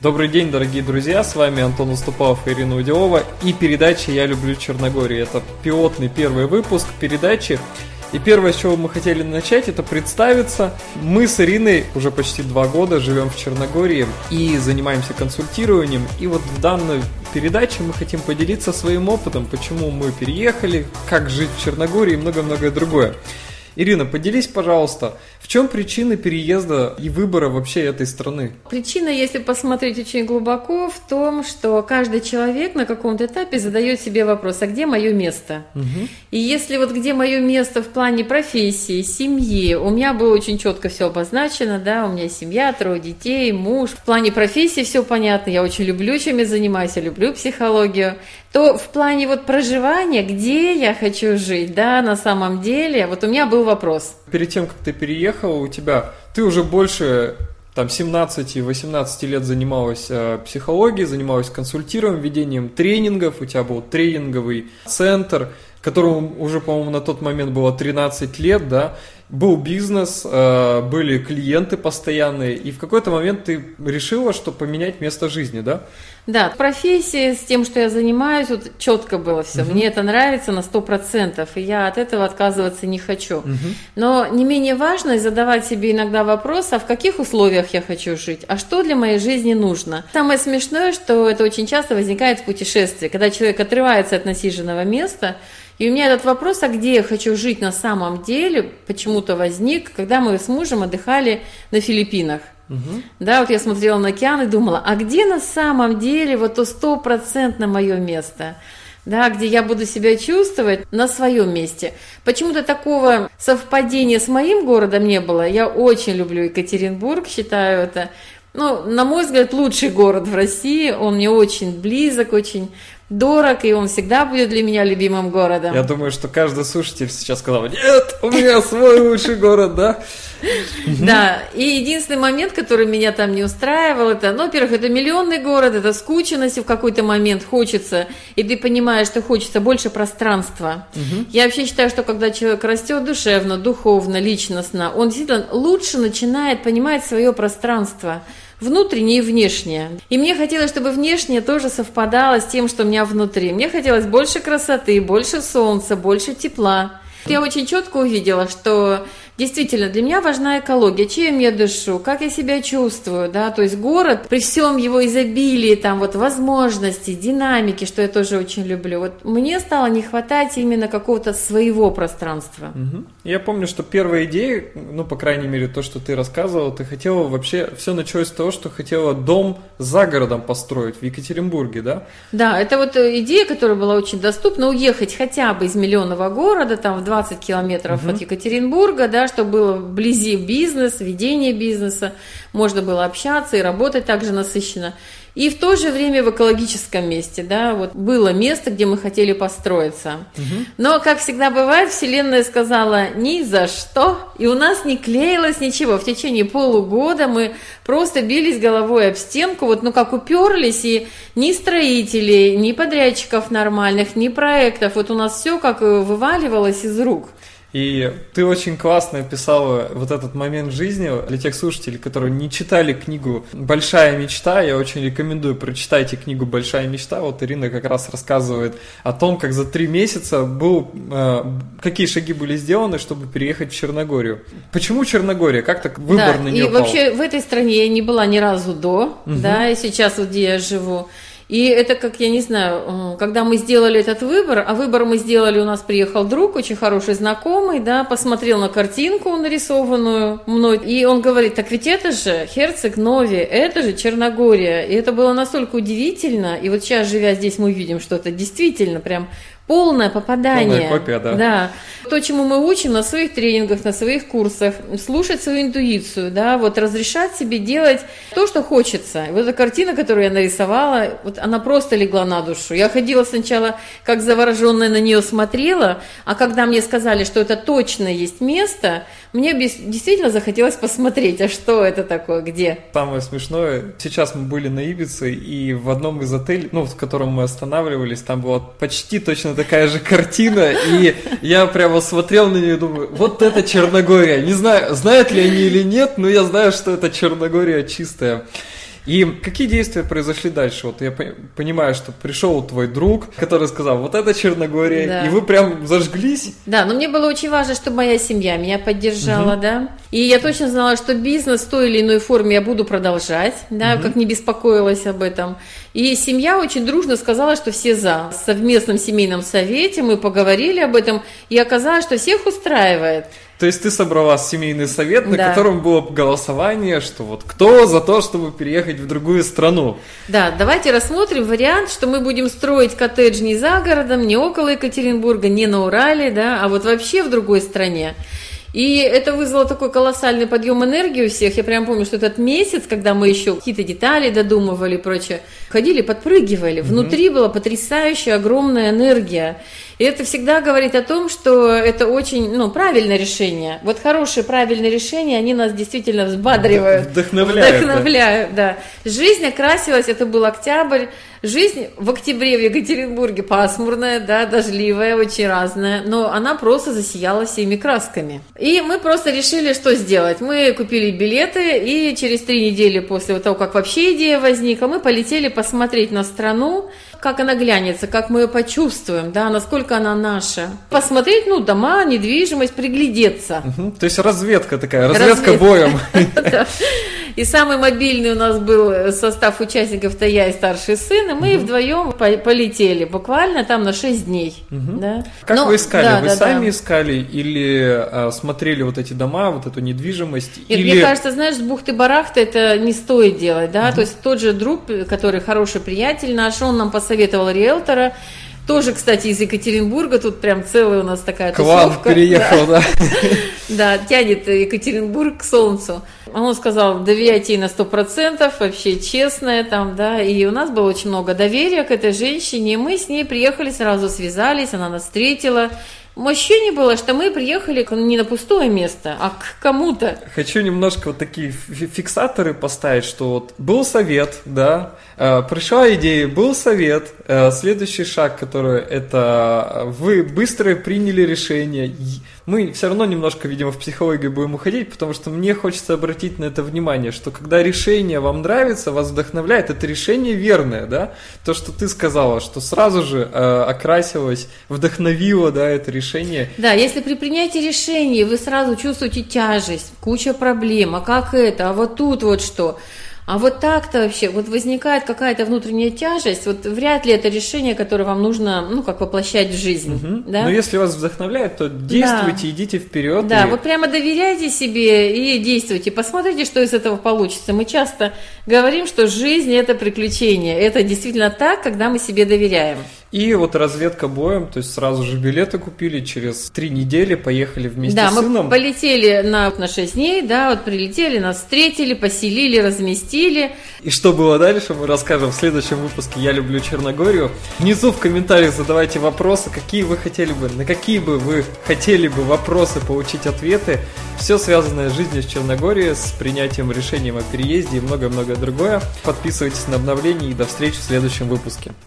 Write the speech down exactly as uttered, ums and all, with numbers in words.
Добрый день, дорогие друзья, с вами Антон Уступалов и Ирина Удилова и передача «Я люблю Черногорию». Это пилотный первый выпуск передачи. И первое, с чего мы хотели начать, это представиться. Мы с Ириной уже почти два года живем в Черногории и занимаемся консультированием. И вот в данной передаче мы хотим поделиться своим опытом, почему мы переехали, как жить в Черногории и много-многое другое. Ирина, поделись, пожалуйста, в чем причины переезда и выбора вообще этой страны? Причина, если посмотреть очень глубоко, в том, что каждый человек на каком-то этапе задает себе вопрос, а где мое место? Угу. И если вот где мое место в плане профессии, семьи, у меня было очень четко все обозначено, да, у меня семья, трое детей, муж. В плане профессии все понятно, я очень люблю, чем я занимаюсь, я люблю психологию. То в плане вот проживания, где я хочу жить, да, на самом деле, вот у меня был вопрос. Перед тем, как ты переехала, у тебя, ты уже больше там семнадцать-восемнадцать лет занималась э, психологией, занималась консультированием, ведением тренингов, у тебя был тренинговый центр, которому уже, по-моему, на тот момент было тринадцать лет, да, был бизнес, э, были клиенты постоянные, и в какой-то момент ты решила, что поменять место жизни, да? Да, профессия с тем, что я занимаюсь, вот четко было все. Uh-huh. Мне это нравится на сто процентов, и я от этого отказываться не хочу. Uh-huh. Но не менее важно задавать себе иногда вопрос, а в каких условиях я хочу жить, а что для моей жизни нужно. Самое смешное, что это очень часто возникает в путешествии, когда человек отрывается от насиженного места. И у меня этот вопрос, а где я хочу жить на самом деле, почему-то возник, когда мы с мужем отдыхали на Филиппинах. Угу. Да, вот я смотрела на океан и думала, а где на самом деле вот то стопроцентно мое место, да, где я буду себя чувствовать на своем месте. Почему-то такого совпадения с моим городом не было. Я очень люблю Екатеринбург, считаю это, ну, на мой взгляд, лучший город в России. Он мне очень близок, очень дорог, и он всегда будет для меня любимым городом. Я думаю, что каждый слушатель сейчас сказал, нет, у меня свой лучший город, да? Да, и единственный момент, который меня там не устраивал, это, ну, во-первых, это миллионный город, это скученность, в какой-то момент хочется, и ты понимаешь, что хочется больше пространства. Я вообще считаю, что когда человек растет душевно, духовно, личностно, он действительно лучше начинает понимать свое пространство. Внутреннее и внешнее. И мне хотелось, чтобы внешнее тоже совпадало с тем, что у меня внутри. Мне хотелось больше красоты, больше солнца, больше тепла. Я очень четко увидела, что действительно для меня важна экология, чем я дышу, как я себя чувствую, да, то есть город при всем его изобилии, там вот возможностей, динамики, что я тоже очень люблю, вот мне стало не хватать именно какого-то своего пространства. Угу. Я помню, что первая идея, ну, по крайней мере, то, что ты рассказывала, ты хотела вообще, все началось с того, что хотела дом за городом построить в Екатеринбурге, да? Да, это вот идея, которая была очень доступна, уехать хотя бы из миллионного города, там в двадцать километров угу. от Екатеринбурга, да, чтобы было вблизи бизнес, ведение бизнеса, можно было общаться и работать также насыщенно. И в то же время в экологическом месте, да, вот было место, где мы хотели построиться. Угу. Но, как всегда бывает, Вселенная сказала ни за что, и у нас не клеилось ничего. В течение полугода мы просто бились головой об стенку, вот, ну, как уперлись, и ни строителей, ни подрядчиков нормальных, ни проектов, вот у нас все как вываливалось из рук. И ты очень классно описала вот этот момент жизни. Для тех слушателей, которые не читали книгу «Большая мечта», я очень рекомендую, прочитайте книгу «Большая мечта». Вот Ирина как раз рассказывает о том, как за три месяца был, э, какие шаги были сделаны, чтобы переехать в Черногорию. Почему Черногория? Как так выбор да, на нее и пал? Вообще в этой стране я не была ни разу до, угу. да, и сейчас вот где я живу. И это, как, я не знаю, когда мы сделали этот выбор, а выбор мы сделали, у нас приехал друг, очень хороший знакомый, да, посмотрел на картинку нарисованную мной, и он говорит, так ведь это же Херцег Нови, это же Черногория, и это было настолько удивительно, и вот сейчас, живя здесь, мы видим, что это действительно прям полное попадание. Полная копия, да. Да. То, чему мы учим на своих тренингах, на своих курсах, слушать свою интуицию, да, вот разрешать себе делать то, что хочется. И вот эта картина, которую я нарисовала, вот она просто легла на душу. Я ходила сначала, как завороженная, на нее смотрела, а когда мне сказали, что это точно есть место, мне действительно захотелось посмотреть, а что это такое, где. Самое смешное, сейчас мы были на Ибице, и в одном из отелей, ну, в котором мы останавливались, там была почти точно такая же картина, и я прямо смотрел на нее и думаю, вот это Черногория. Не знаю, знают ли они или нет, но я знаю, что это Черногория чистая. И какие действия произошли дальше? Вот я понимаю, что пришел твой друг, который сказал, вот это Черногория, да. И вы прям зажглись? Да, но мне было очень важно, чтобы моя семья меня поддержала, угу. да. И я точно знала, что бизнес в той или иной форме я буду продолжать, да, угу. как не беспокоилась об этом. И семья очень дружно сказала, что все за. В совместном семейном совете мы поговорили об этом, и оказалось, что всех устраивает. То есть ты собрала семейный совет, на да. котором было голосование, что вот кто за то, чтобы переехать в другую страну. Да, давайте рассмотрим вариант, что мы будем строить коттедж не за городом, не около Екатеринбурга, не на Урале, да, а вот вообще в другой стране. И это вызвало такой колоссальный подъем энергии у всех. Я прям помню, что этот месяц, когда мы еще какие-то детали додумывали и прочее, ходили, подпрыгивали. Внутри была потрясающая, огромная энергия. И это всегда говорит о том, что это очень, ну, правильное решение. Вот хорошие, правильные решения, они нас действительно взбадривают. Вдохновляют. Вдохновляют, да. да. Жизнь окрасилась, это был октябрь. Жизнь в октябре в Екатеринбурге пасмурная, да, дождливая, очень разная, но она просто засияла всеми красками. И мы просто решили, что сделать. Мы купили билеты, и через три недели после того, как вообще идея возникла, мы полетели посмотреть на страну, как она глянется, как мы ее почувствуем, да, насколько она наша. Посмотреть, ну, дома, недвижимость, приглядеться. Угу. То есть разведка такая, разведка, разведка. боем. И самый мобильный у нас был состав участников-то я и старший сын, и мы угу. вдвоем полетели, буквально там на шесть дней. Угу. Да? Как Но, вы искали? да, вы да, сами да. искали или а, смотрели вот эти дома, вот эту недвижимость? Нет, или... Мне кажется, знаешь, с бухты-барахты это не стоит делать, да, угу. то есть тот же друг, который хороший приятель наш, он нам посоветовал риэлтора, тоже, кстати, из Екатеринбурга, тут прям целая у нас такая тусовка. К вам переехал, да. Да, тянет Екатеринбург к солнцу. Он сказал, доверяйте ей на сто процентов, вообще честная там, да, и у нас было очень много доверия к этой женщине, и мы с ней приехали, сразу связались, она нас встретила. Ощущение было, что мы приехали не на пустое место, а к кому-то. Хочу немножко вот такие фиксаторы поставить, что вот был совет, да, э, пришла идея, был совет, э, следующий шаг, который это вы быстро приняли решение. Мы все равно немножко, видимо, в психологию будем уходить, потому что мне хочется обратить на это внимание, что когда решение вам нравится, вас вдохновляет, это решение верное, да, то, что ты сказала, что сразу же э, окрасилось, вдохновило, да, это решение. Решение. Да, если при принятии решения вы сразу чувствуете тяжесть, куча проблем, а как это, а вот тут вот что, а вот так-то вообще, вот возникает какая-то внутренняя тяжесть, вот вряд ли это решение, которое вам нужно, ну, как воплощать в жизнь. Угу. Да? Но если вас вдохновляет, то действуйте, да. идите вперед. Да, и... вот прямо доверяйте себе и действуйте, посмотрите, что из этого получится. Мы часто говорим, что жизнь – это приключение, это действительно так, когда мы себе доверяем. И вот разведка боем, то есть сразу же билеты купили, через три недели поехали вместе да, с сыном. Да, мы полетели на, на шесть дней, да, вот прилетели, нас встретили, поселили, разместили. И что было дальше, мы расскажем в следующем выпуске «Я люблю Черногорию». Внизу в комментариях задавайте вопросы, какие вы хотели бы, на какие бы вы хотели бы вопросы получить ответы. Все связанное с жизнью в Черногории, с принятием решения о переезде и многое-многое другое. Подписывайтесь на обновления и до встречи в следующем выпуске.